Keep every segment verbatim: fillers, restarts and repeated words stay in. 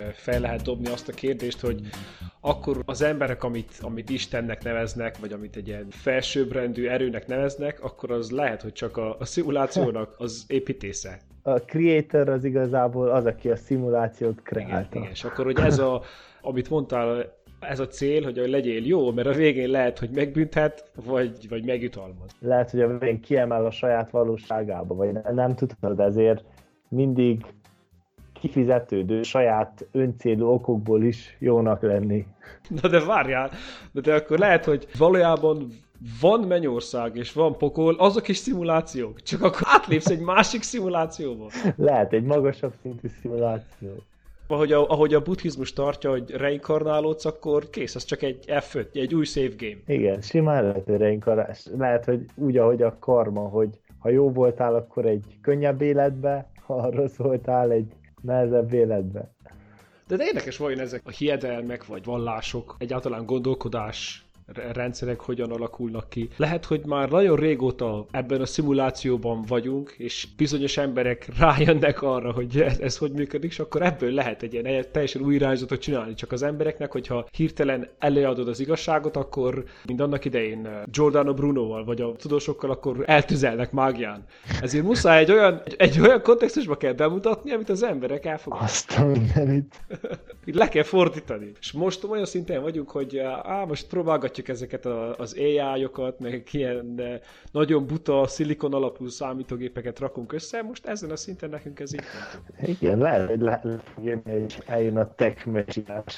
fel lehet dobni azt a kérdést, hogy akkor az emberek, amit, amit Istennek neveznek, vagy amit egy ilyen felsőbbrendű erőnek neveznek, akkor az lehet, hogy csak a, a szimulációnak az építésze. A creator az igazából az, aki a szimulációt kreálta. Igen, igen. És akkor, hogy ez a, amit mondtál, ez a cél, hogy legyél jó, mert a végén lehet, hogy megbüntet, vagy, vagy megjutalmaz. Lehet, hogy a végén kiemel a saját valóságába, vagy nem, nem tudod, ezért mindig kifizetődő, saját öncélú okokból is jónak lenni. Na de várjál, de akkor lehet, hogy valójában van mennyország és van pokol, azok is szimulációk, csak akkor átlépsz egy másik szimulációba. Lehet, egy magasabb szintű szimuláció. Ahogy a, ahogy a buddhizmus tartja, hogy reinkarnálódsz, akkor kész, ez csak egy ef öt, egy új save game. Igen, simán lehet, hogy reinkarnálás. Lehet, hogy úgy, ahogy a karma, hogy ha jó voltál, akkor egy könnyebb életbe, ha rossz voltál, egy nehezebb életbe. De, de érdekes vajon ezek a hiedelmek, vagy vallások, egyáltalán gondolkodás rendszerek hogyan alakulnak ki. Lehet, hogy már nagyon régóta ebben a szimulációban vagyunk, és bizonyos emberek rájönnek arra, hogy ez, ez hogy működik, és akkor ebből lehet egy ilyen teljesen új irányzatot csinálni csak az embereknek, hogyha hirtelen előadod az igazságot, akkor mind annak idején Giordano Brunoval, vagy a tudósokkal, akkor eltüzelnek mágián. Ezért muszáj egy olyan, egy olyan kontextusba kell bemutatni, amit az emberek elfogadnak. Azt a mindenit. Le kell fordítani. És most olyan szinten vagyunk, hogy á, most próbálgatjuk ezeket a, az á i-okat, meg ilyen nagyon buta, szilikon alapú számítógépeket rakunk össze, most ezen a szinten nekünk ez így nem. Igen, lehet, hogy le, le, hogy eljön a tech messiás.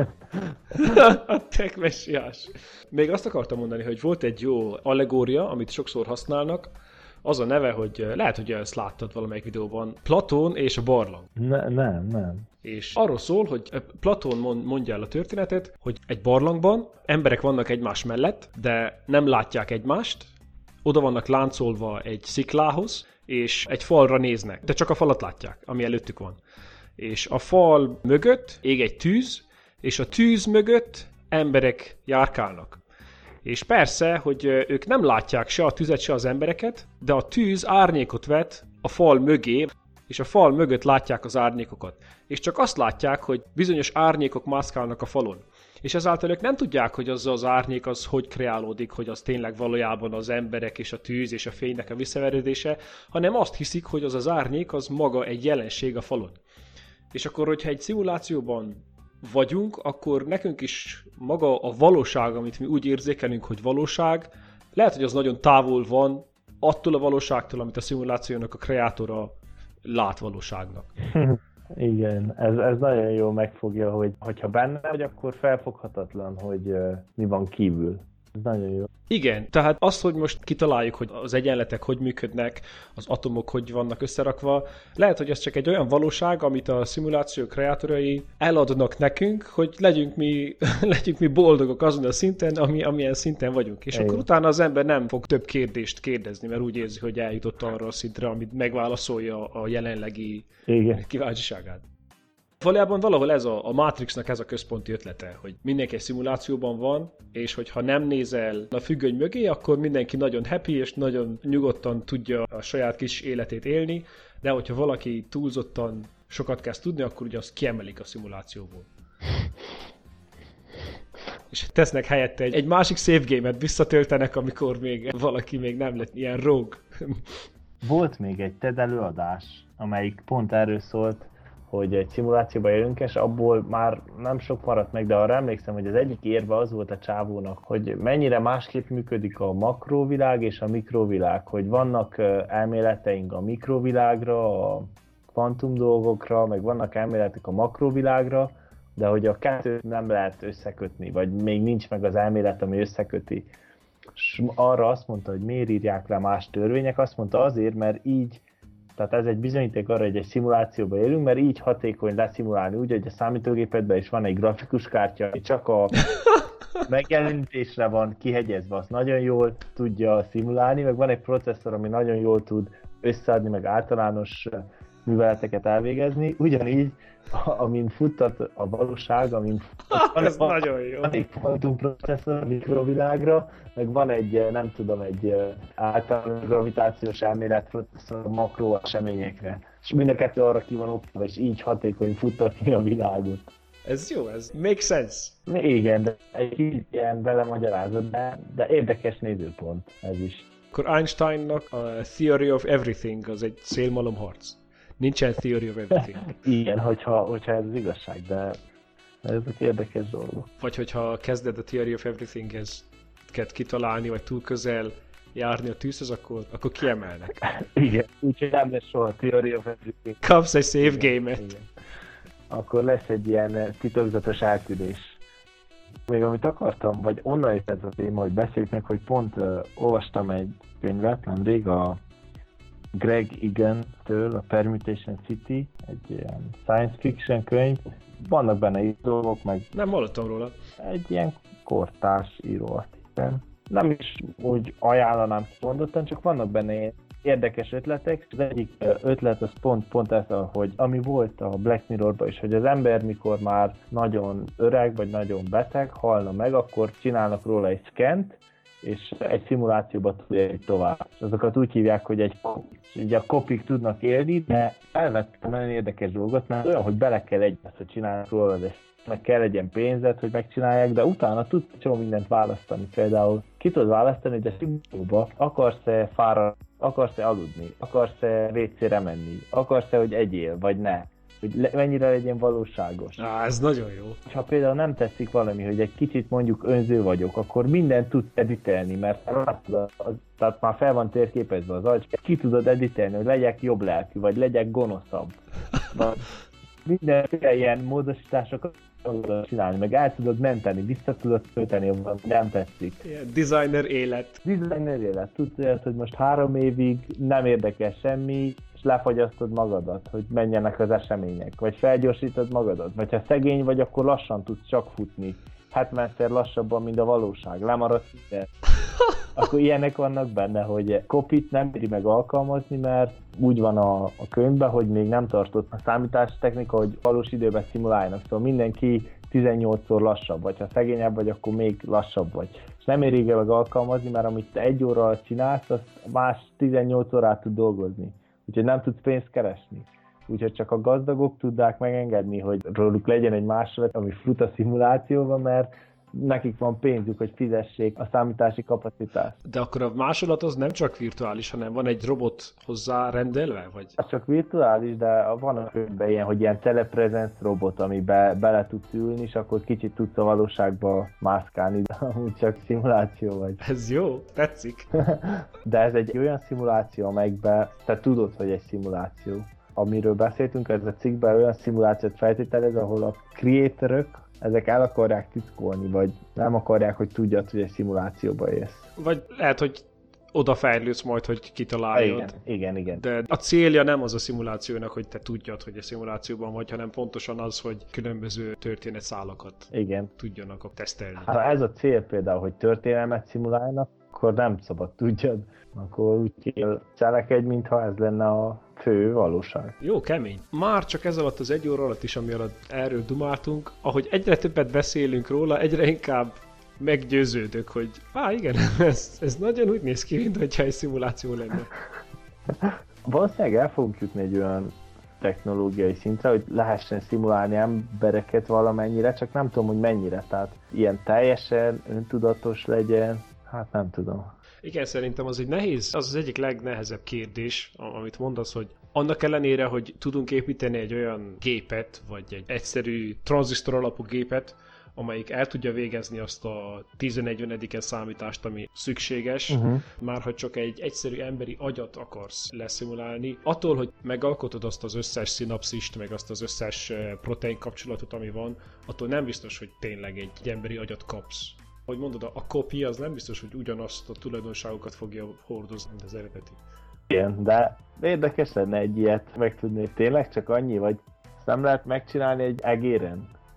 A tech messiás. Még azt akartam mondani, hogy volt egy jó allegória, amit sokszor használnak, az a neve, hogy lehet, hogy ezt láttad valamelyik videóban, Platón és a barlang. Ne, nem, nem. És arról szól, hogy Platón mondja el a történetet, hogy egy barlangban emberek vannak egymás mellett, de nem látják egymást, oda vannak láncolva egy sziklához, és egy falra néznek, de csak a falat látják, ami előttük van. És a fal mögött ég egy tűz, és a tűz mögött emberek járkálnak. És persze, hogy ők nem látják se a tüzet, se az embereket, de a tűz árnyékot vet a fal mögé, és a fal mögött látják az árnyékokat. És csak azt látják, hogy bizonyos árnyékok mászkálnak a falon. És ezáltal ők nem tudják, hogy az az árnyék az hogy kreálódik, hogy az tényleg valójában az emberek és a tűz és a fénynek a visszaverődése, hanem azt hiszik, hogy az az árnyék az maga egy jelenség a falon. És akkor, hogyha egy szimulációban vagyunk, akkor nekünk is maga a valóság, amit mi úgy érzékelünk, hogy valóság, lehet, hogy az nagyon távol van attól a valóságtól, amit a szimulációnak a kreátora lát valóságnak. Igen, ez, ez nagyon jól megfogja, hogy hogyha benne vagy, akkor felfoghatatlan, hogy uh, mi van kívül. Ez nagyon jó. Igen, tehát azt, hogy most kitaláljuk, hogy az egyenletek hogy működnek, az atomok hogy vannak összerakva, lehet, hogy ez csak egy olyan valóság, amit a szimuláció kreátorai eladnak nekünk, hogy legyünk mi, legyünk mi boldogok azon a szinten, ami, amilyen szinten vagyunk. És Igen. Akkor utána az ember nem fog több kérdést kérdezni, mert úgy érzi, hogy eljutott arra a szintre, amit megválaszolja a jelenlegi Igen. kíváncsiságát. Valójában valahol ez a, a Matrixnak ez a központi ötlete, hogy mindenki egy szimulációban van, és hogyha nem nézel a függöny mögé, akkor mindenki nagyon happy, és nagyon nyugodtan tudja a saját kis életét élni, de hogyha valaki túlzottan sokat kezd tudni, akkor ugye azt kiemelik a szimulációból. És tesznek helyette egy, egy másik save game-et, visszatöltenek, amikor még valaki még nem lett ilyen rogue. Volt még egy TED előadás, amelyik pont erről szólt, hogy egy szimulációba élünk, és abból már nem sok maradt meg, de arra emlékszem, hogy az egyik érve az volt a csávónak, hogy mennyire másképp működik a makrovilág és a mikrovilág, hogy vannak elméleteink a mikrovilágra, a kvantum dolgokra, meg vannak elméletek a makrovilágra, de hogy a kettőt nem lehet összekötni, vagy még nincs meg az elmélet, ami összeköti. És arra azt mondta, hogy miért írják le más törvények, azt mondta azért, mert így, tehát ez egy bizonyíték arra, hogy egy szimulációban élünk, mert így hatékony leszimulálni úgy, hogy a számítógépedben is van egy grafikus kártya, és csak a megjelenítésre van kihegyezve, azt nagyon jól tudja szimulálni, meg van egy processzor, ami nagyon jól tud összeadni, meg általános műveleteket elvégezni, ugyanígy, amint futtat a valóság, amint van, ez van, nagyon jó. Van egy kvantumprocesszor mikrovilágra, meg van egy, nem tudom, egy általános gravitációs elméletprocesszor makro eseményekre. És mind a kettő arra ki van optimálva, és így hatékony futtatni a világot. Ez jó, ez makes sense. Igen, de egy ilyen belemagyarázat, de, de érdekes nézőpont ez is. Akkor Einsteinnak a Theory of Everything az egy szélmalomharc. Nincsen Theory of Everything. Igen, hogyha, hogyha ez az igazság, de ezek érdekes dolgok. Vagy hogyha kezded a Theory of Everything-hez kitalálni, vagy túl közel járni a tűzhez, akkor, akkor kiemelnek. Igen, úgyhogy nem lesz soha Theory of Everything. Kapsz egy save game-et. Akkor lesz egy ilyen titokzatos eltűnés. Még amit akartam, vagy onnan is ez a téma, hogy beszéljük meg, hogy pont uh, olvastam egy könyvet nemrég, a Greg Egan-től, a Permutation City, egy ilyen science fiction könyv. Vannak benne így dolgok, meg... Nem hallottam róla. Egy ilyen kortárs író, azt hiszem. Nem is úgy ajánlanám kimondottan, csak vannak benne ilyen érdekes ötletek. Az egyik ötlet az pont, pont ez, hogy ami volt a Black Mirrorban is, hogy az ember mikor már nagyon öreg, vagy nagyon beteg, halna meg, akkor csinálnak róla egy szkent, és egy szimulációba tud élni tovább. És azokat úgy hívják, hogy egy kopik. Ugye a kopik tudnak élni, de elvettem nagyon érdekes dolgot, mert olyan, hogy bele kell egyet, hogy csinálnak róla, de meg kell legyen pénzed, hogy megcsinálják, de utána tudsz csomó mindent választani. Például ki tudod választani, hogy a szimulációba akarsz-e fáradni, akarsz-e aludni, akarsz-e vécére menni, akarsz-e, hogy egyél, vagy ne. Hogy le, mennyire legyen valóságos. Á, ez nagyon jó. És ha például nem tetszik valami, hogy egy kicsit mondjuk önző vagyok, akkor mindent tudsz editelni, mert látod, az, tehát már fel van térképezve az agy, ki tudod editelni, hogy legyek jobb lelkű, vagy legyek gonoszabb. Mindenféle ilyen módosításokat tudod csinálni, meg el tudod menteni, vissza tudod tölteni, ha nem tetszik. Yeah, designer élet. Designer élet. Tudod, hogy most három évig nem érdekel semmi, és lefagyasztod magadat, hogy menjenek az események, vagy felgyorsítod magadat, vagy ha szegény vagy, akkor lassan tudsz csak futni. hetvenszer lassabban, mint a valóság. Lemaradsz minden. Akkor ilyenek vannak benne, hogy kopit nem éri meg alkalmazni, mert úgy van a, a könyvben, hogy még nem tartott a számítástechnika, hogy valós időben szimuláljanak. Szóval mindenki tizennyolcszor lassabb, vagy ha szegényebb vagy, akkor még lassabb vagy. És nem éri meg alkalmazni, mert amit te egy óra alatt csinálsz, azt más tizennyolc órát tud dolgozni. Úgyhogy nem tudsz pénzt keresni. Úgyhogy csak a gazdagok tudják megengedni, hogy róluk legyen egy másolat, ami fut a szimulációban, mert nekik van pénzük, hogy fizessék a számítási kapacitást. De akkor a másolat az nem csak virtuális, hanem van egy robot hozzá rendelve? Vagy? Az csak virtuális, de van a könyvben ilyen, hogy ilyen telepresence robot, amiben bele tudsz ülni, és akkor kicsit tudsz a valóságba mászkálni, de amúgy csak szimuláció vagy. Ez jó, tetszik. De ez egy olyan szimuláció, amelyikben te tudod, hogy egy szimuláció. Amiről beszéltünk, ez a cikkben olyan szimulációt feltételez, ahol a creatorök ezek el akarják titkolni, vagy nem akarják, hogy tudjad, hogy egy szimulációba élsz. Vagy lehet, hogy odafejlődsz majd, hogy kitaláljad. Igen, igen, igen. De a célja nem az a szimulációnak, hogy te tudjad, hogy a szimulációban vagy, hanem pontosan az, hogy különböző történetszálakat igen. tudjanak tesztelni. Ha ez a cél például, hogy történelmet szimulálnak, akkor nem szabad tudjad. Akkor úgy kell cselekedj, mintha ez lenne a fő valóság. Jó, kemény. Már csak ez alatt az egy óra alatt is, ami alatt erről dumáltunk, ahogy egyre többet beszélünk róla, egyre inkább meggyőződök, hogy á igen, ez, ez nagyon úgy néz ki, mintha egy szimuláció lenne. Valószínűleg el fogunk jutni egy olyan technológiai szintre, hogy lehessen szimulálni embereket valamennyire, csak nem tudom, hogy mennyire. Tehát ilyen teljesen öntudatos legyen, hát nem tudom. Igen, szerintem az egy nehéz, az az egyik legnehezebb kérdés, amit mondasz, hogy annak ellenére, hogy tudunk építeni egy olyan gépet, vagy egy egyszerű tranzisztor alapú gépet, amelyik el tudja végezni azt a tizenegyvenediken számítást, ami szükséges, uh-huh. már ha csak egy egyszerű emberi agyat akarsz leszimulálni, attól, hogy megalkotod azt az összes szinapszist, meg azt az összes protein kapcsolatot, ami van, attól nem biztos, hogy tényleg egy, egy emberi agyat kapsz. Ahogy mondod, a copy az nem biztos, hogy ugyanazt a tulajdonságokat fogja hordozni, mint az eredeti. Igen, de érdekes lenne egy ilyet megtudni, tényleg csak annyi, vagy nem lehet megcsinálni egy egéren?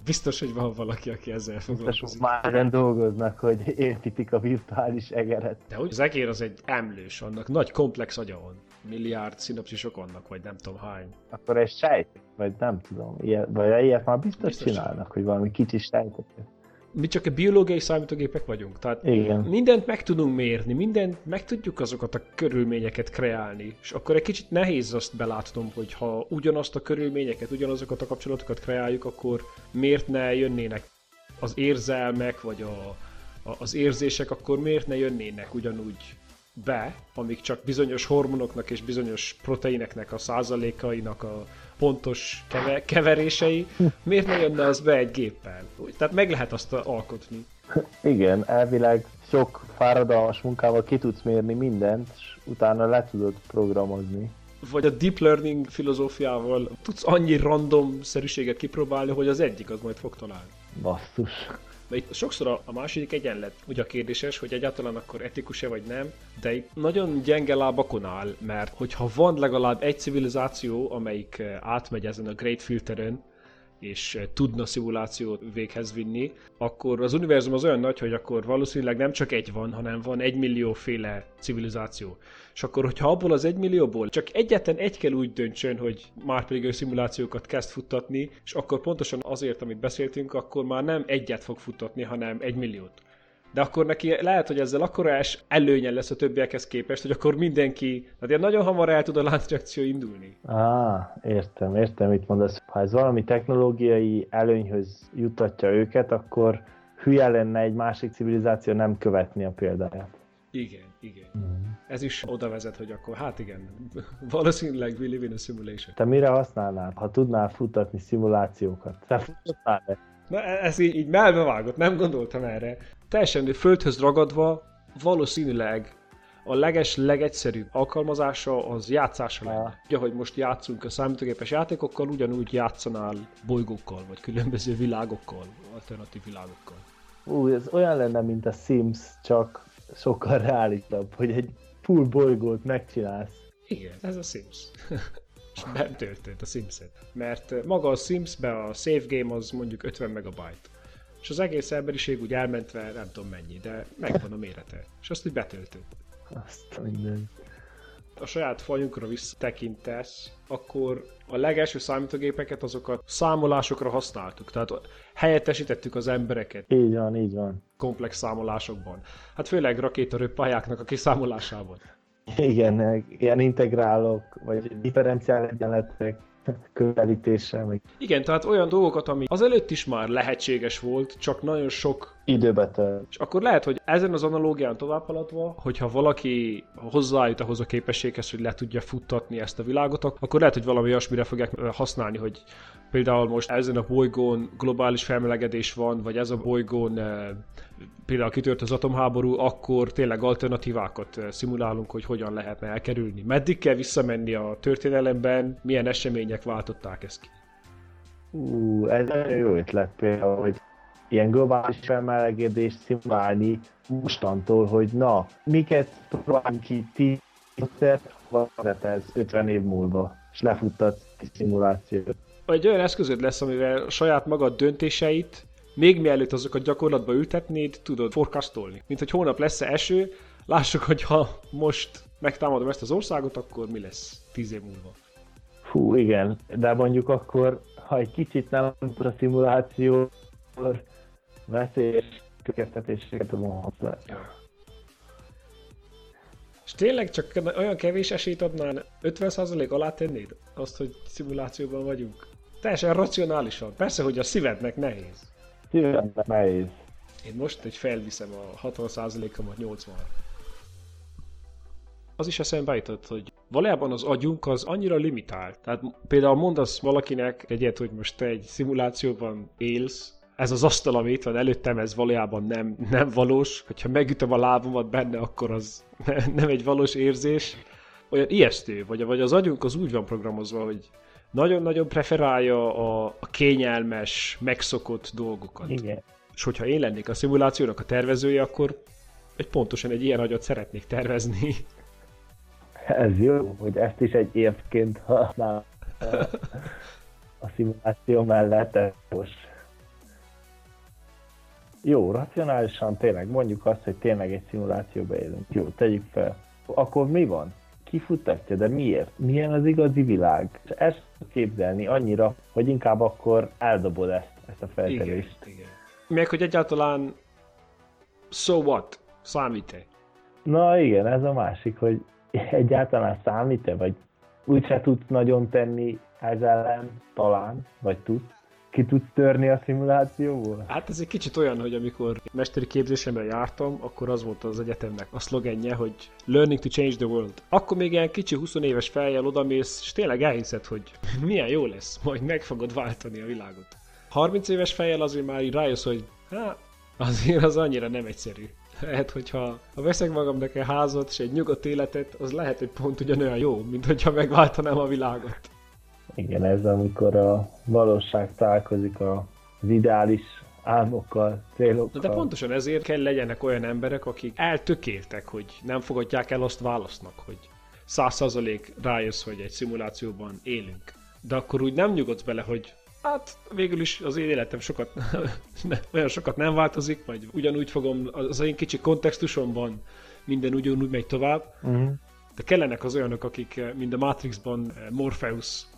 Biztos, hogy van valaki, aki ezzel foglalkozik. Biztos, már ezen dolgoznak, hogy építik a virtuális egeret. De hogy az egér az egy emlős, annak nagy komplex agya van. Milliárd szinapszisok vannak, vagy nem tudom hány. Akkor egy sejt, vagy nem tudom, ilyet, vagy ilyet már biztos, Biztos csinálnak, hogy valami kicsi sejtet. Mi csak a biológiai számítógépek vagyunk, tehát Igen. mindent meg tudunk mérni, mindent meg tudjuk azokat a körülményeket kreálni, és akkor egy kicsit nehéz azt belátnom, hogy ha ugyanazt a körülményeket, ugyanazokat a kapcsolatokat kreáljuk, akkor miért ne jönnének az érzelmek, vagy a, a, az érzések, akkor miért ne jönnének ugyanúgy be, amik csak bizonyos hormonoknak és bizonyos proteineknek a százalékainak a pontos keve- keverései, miért ne jönne az be egy géppel? Tehát meg lehet azt alkotni. Igen, elvileg sok fáradalmas munkával ki tudsz mérni mindent, és utána le tudod programozni. Vagy a deep learning filozófiával tudsz annyi random szerűséget kipróbálni, hogy az egyik az majd fog találni. Basszus. De itt sokszor a, a második egyenlet ugye a kérdéses, hogy egyáltalán akkor etikus-e vagy nem, de itt nagyon gyenge lábakon áll, mert hogyha van legalább egy civilizáció, amelyik átmegy ezen a Great Filteren, és tudna szimulációt véghez vinni, akkor az univerzum az olyan nagy, hogy akkor valószínűleg nem csak egy van, hanem van egymillióféle civilizáció. És akkor, hogyha abból az egymillióból csak egyetlen egy kell úgy döntsön, hogy már pedig ő szimulációkat kezd futtatni, és akkor pontosan azért, amit beszéltünk, akkor már nem egyet fog futtatni, hanem egymilliót. De akkor neki lehet, hogy ezzel akkora előnye lesz a többiekhez képest, hogy akkor mindenki, tehát ilyen nagyon hamar el tud a láncreakció indulni. Á, értem, értem, mit mondasz. Ha ez valami technológiai előnyhöz juttatja őket, akkor hülye lenne egy másik civilizáció nem követni a példáját. Igen, igen. Mm. Ez is oda vezet, hogy akkor hát igen, valószínűleg we live in a simulation. Te mire használnál, ha tudnál futtatni szimulációkat? Te futottál-e? Na ez így, így melbevágott, nem gondoltam erre. Teljesen földhöz ragadva valószínűleg a leges, legegyszerűbb alkalmazása az játszása lenne. Ugye, hogy most játszunk a számítógépes játékokkal, ugyanúgy játszanál bolygókkal, vagy különböző világokkal, alternatív világokkal. Ú, ez olyan lenne, mint a Sims, csak sokkal reálisabb, hogy egy full bolygót megcsinálsz. Igen, ez a Sims. És nem történt a Sims-et. Mert maga a Sims-be a save game az mondjuk ötven megabyte. És az egész emberiség úgy elmentve nem tudom mennyi, de megvan a mérete. És azt úgy betöltött. Azt minden. A saját fajunkra visszatekintesz, akkor a legelső számítógépeket azokat számolásokra használtuk. Tehát helyettesítettük az embereket. Így van, így van. Komplex számolásokban. Hát főleg rakétaröppályáknak a kiszámolásában. Igen, ilyen integrálok, vagy differenciál egyenletek közelítése. Meg... Igen, tehát olyan dolgokat, ami azelőtt is már lehetséges volt, csak nagyon sok időbe tölt. És akkor lehet, hogy ezen az analógián tovább haladva, hogyha valaki hozzájut ahhoz a képességhez, hogy le tudja futtatni ezt a világot, akkor lehet, hogy valami olyasmire fogják használni, hogy például most ezen a bolygón globális felmelegedés van, vagy ez a bolygón például kitört az atomháború, akkor tényleg alternatívákat szimulálunk, hogy hogyan lehetne elkerülni. Meddig kell visszamenni a történelemben, milyen események váltották ezt ki. Ú, ez nagyon jó ötlet például, hogy ilyen globális felmelegedést szimulálni mostantól, hogy na, miket próbálunk ki tízszer, vagy ez ötven év múlva, és lefuttatsz egy szimulációt. Egy olyan eszközöd lesz, amivel saját magad döntéseit, még mielőtt azokat gyakorlatba ültetnéd, tudod forecastolni. Mint hogy hónap lesz-e eső, lássuk, hogy ha most megtámadom ezt az országot, akkor mi lesz tíz év múlva. Hú, igen, de mondjuk akkor, ha egy kicsit nem tud a szimuláció, akkor veszélyes következtetéseket vonhat. Ja. És tényleg csak olyan kevés esélyt adnál, ötven százalék alá tennéd azt, hogy szimulációban vagyunk? Teljesen racionálisan. Persze, hogy a szívednek nehéz. Szívednek nehéz. Én most egy felviszem a hatvan százalékomat nyolcvanra. Az is eszembe jutott, hogy valójában az agyunk az annyira limitált. Tehát például mondasz valakinek egyet, hogy most te egy szimulációban élsz, ez az asztal, ami itt van előttem, ez valójában nem, nem valós. Hogyha megütöm a lábamat benne, akkor az nem egy valós érzés. Olyan ijesztő, vagy, vagy az agyunk az úgy van programozva, hogy nagyon-nagyon preferálja a, a kényelmes, megszokott dolgokat. Igen. És hogyha én lennék a szimulációnak a tervezője, akkor egy pontosan egy ilyen agyat szeretnék tervezni. Ez jó, hogy ezt is egy évként használ a szimuláció mellett. Most. Jó, racionálisan tényleg mondjuk azt, hogy tényleg egy szimulációba élünk. Jó, tegyük fel. Akkor mi van? Kifutatja, de miért? Milyen az igazi világ? És ezt képzelni annyira, hogy inkább akkor eldobod ezt, ezt a feltevést. Igen, igen. Meg, hogy egyáltalán so what? Számít-e? Na igen, ez a másik, hogy egyáltalán számít-e, vagy úgyse tudsz nagyon tenni ez ellen, talán, vagy tudsz. Ki tudsz törni a szimulációból? Hát ez egy kicsit olyan, hogy amikor mesteri képzésemben jártam, akkor az volt az egyetemnek a szlogenje, hogy learning to change the world. Akkor még ilyen kicsi húsz éves fejjel odamész, és tényleg elhiszed, hogy milyen jó lesz, majd meg fogod váltani a világot. harminc éves fejjel azért már így rájössz, hogy hát azért az annyira nem egyszerű. Lehet, hogyha ha veszek magamnak egy házat és egy nyugodt életet, az lehet, hogy pont ugyanolyan jó, mint hogyha megváltanám a világot. Igen, ez amikor a valóság találkozik az ideális álmokkal, célokkal. De pontosan ezért kell legyenek olyan emberek, akik eltökéltek, hogy nem fogadják el azt válasznak, hogy száz százalék rájössz, hogy egy szimulációban élünk. De akkor úgy nem nyugodsz bele, hogy hát végül is az én életem sokat, olyan sokat nem változik, vagy ugyanúgy fogom, az én kicsi kontextusomban minden ugyanúgy megy tovább. Uh-huh. De kellenek az olyanok, akik, mind a Matrixban Morpheus,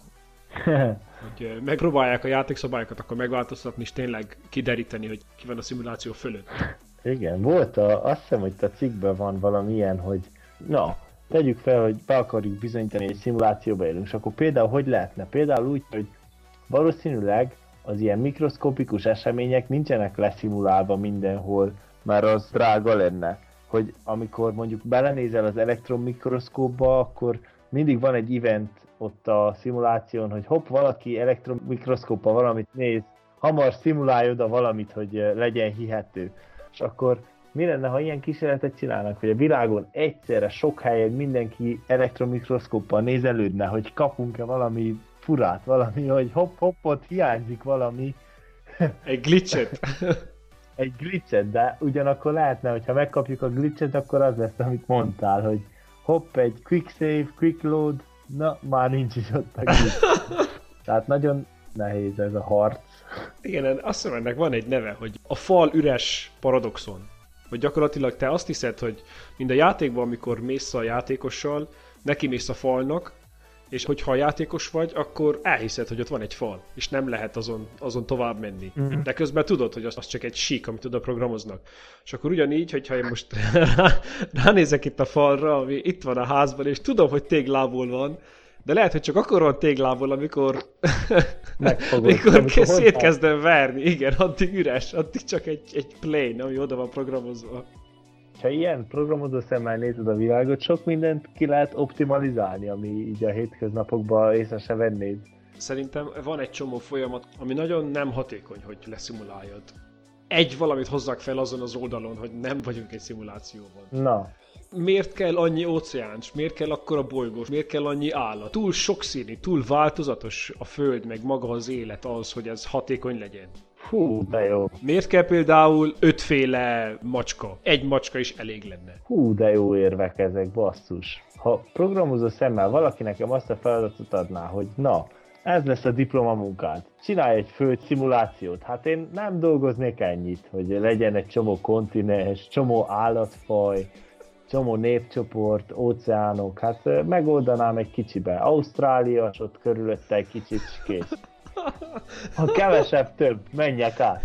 hogy megpróbálják a játékszabályokat akkor megváltoztatni, és tényleg kideríteni, hogy ki van a szimuláció fölött. Igen, volt a, azt hiszem, hogy a cikkben van valami ilyen, hogy na, tegyük fel, hogy be akarjuk bizonyítani, hogy egy szimulációba élünk, és akkor például hogy lehetne? Például úgy, hogy valószínűleg az ilyen mikroszkopikus események nincsenek leszimulálva mindenhol, mert az drága lenne. Hogy amikor mondjuk belenézel az elektronmikroszkópba, akkor mindig van egy event ott a szimuláción, hogy hopp, valaki elektronmikroszkóppal valamit néz, hamar szimulálj oda valamit, hogy legyen hihető. És akkor mi lenne, ha ilyen kísérletet csinálnak, hogy a világon egyszerre sok helyen mindenki elektronmikroszkóppal nézelődne, hogy kapunk-e valami furát, valami, hogy hopp-hopp, ott hiányzik valami. Egy glitchet. Egy glitchet, de ugyanakkor lehetne, hogyha megkapjuk a glitchet, akkor az lesz, amit mondtál, hogy hopp, egy quick save, quick load, na, már nincs is ott a glitch. Tehát nagyon nehéz ez a harc. Igen, azt hiszem, ennek van egy neve, hogy a fal üres paradoxon. Hogy gyakorlatilag te azt hiszed, hogy mind a játékban, amikor mész a játékossal, neki mész a falnak, és hogyha a játékos vagy, akkor elhiszed, hogy ott van egy fal, és nem lehet azon, azon tovább menni. Mm-hmm. De közben tudod, hogy az, az csak egy sík, amit oda programoznak. És akkor ugyanígy, hogyha én most rá, ránézek itt a falra, ami itt van a házban, és tudom, hogy téglából van, de lehet, hogy csak akkor van téglából, amikor, amikor szétkezdem verni. Igen, addig üres, addig csak egy, egy plane, ami oda van programozva. Ha ilyen programozó szemmel nézed a világot, sok mindent ki lehet optimalizálni, ami így a hétköznapokban észre se vennéd. Szerintem van egy csomó folyamat, ami nagyon nem hatékony, hogy leszimuláljad. Egy valamit hozzák fel azon az oldalon, hogy nem vagyunk egy szimulációban. Na. Miért kell annyi óceáns? Miért kell akkora bolygós? Miért kell annyi állat? Túl sokszínű, túl változatos a Föld, meg maga az élet az, hogy ez hatékony legyen. Hú, de jó. Miért kell például ötféle macska? Egy macska is elég lenne. Hú, de jó érvek ezek, basszus. Ha programozó szemmel valaki nekem azt a feladatot adná, hogy na, ez lesz a diplomamunkád. Csinálj egy föld szimulációt. Hát én nem dolgoznék ennyit, hogy legyen egy csomó kontinens, csomó állatfaj, csomó népcsoport, óceánok. Hát megoldanám egy kicsibe. Ausztrália, és ott körülötte egy kicsit, és kész. Ha kevesebb, több, menjek át.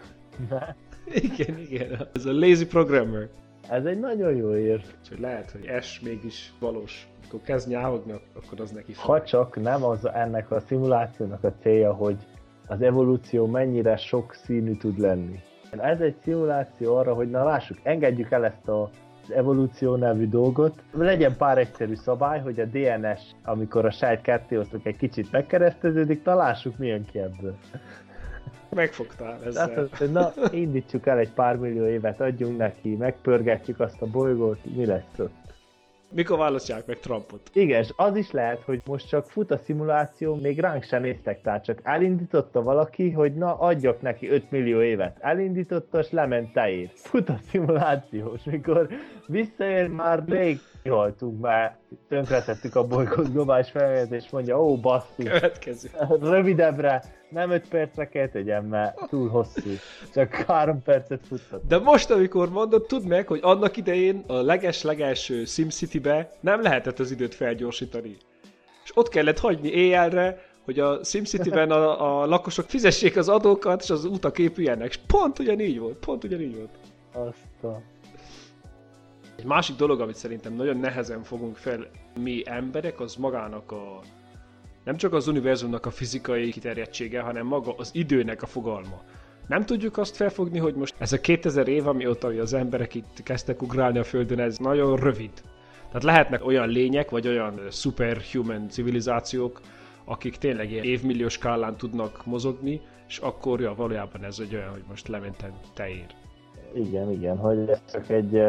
Igen, igen. Ez a lazy programmer. Ez egy nagyon jó érv. Úgyhogy lehet, hogy S mégis valós. Akkor kezd nyávogni, akkor az neki fog. Ha csak nem az ennek a szimulációnak a célja, hogy az evolúció mennyire sok színű tud lenni. Ez egy szimuláció arra, hogy na lássuk, engedjük el ezt a az evolúció nevű dolgot. Legyen pár egyszerű szabály, hogy a dé en es, amikor a sejt kettéosztok egy kicsit megkereszteződik, na lássuk, milyen ki ebből. Megfogtál ezzel. Tehát, na, indítsuk el egy pár millió évet, adjunk neki, megpörgetjük azt a bolygót, mi lesz ott. Mikor választják meg Trumpot? Igen, és az is lehet, hogy most csak fut a szimuláció, még ránk sem néztek, tehát csak elindította valaki, hogy na, adjak neki öt millió évet. Elindította, és lement teér. Fut a szimuláció, és mikor visszaér, már rég kihaltunk, mert tönkretettük a bolygót globális felmélet, és mondja, ó, basszus. Következő. Rövidebbre nem öt percre kell tegyem, mert túl hosszú. Csak három percet futtat. De most, amikor mondod, tudd meg, hogy annak idején a leges-legelső SimCity-be nem lehetett az időt felgyorsítani. És ott kellett hagyni éjjelre, hogy a SimCity-ben a, a lakosok fizessék az adókat, és az utak épüljenek. És pont ugyanígy volt, pont ugyanígy volt. Azt a... Egy másik dolog, amit szerintem nagyon nehezen fogunk fel mi emberek, az magának a... nem csak az univerzumnak a fizikai kiterjedtsége, hanem maga az időnek a fogalma. Nem tudjuk azt felfogni, hogy most ez a kétezer év, amióta az emberek itt kezdtek ugrálni a Földön, ez nagyon rövid. Tehát lehetnek olyan lények, vagy olyan superhuman civilizációk, akik tényleg ilyen évmillió skálán tudnak mozogni, és akkor ja, valójában ez egy olyan, hogy most lementem teér. Igen, igen, hogy ez csak egy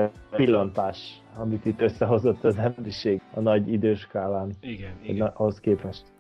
pillantás, amit itt összehozott az emberiség a nagy időskálán. Igen, igen. Ahhoz képest.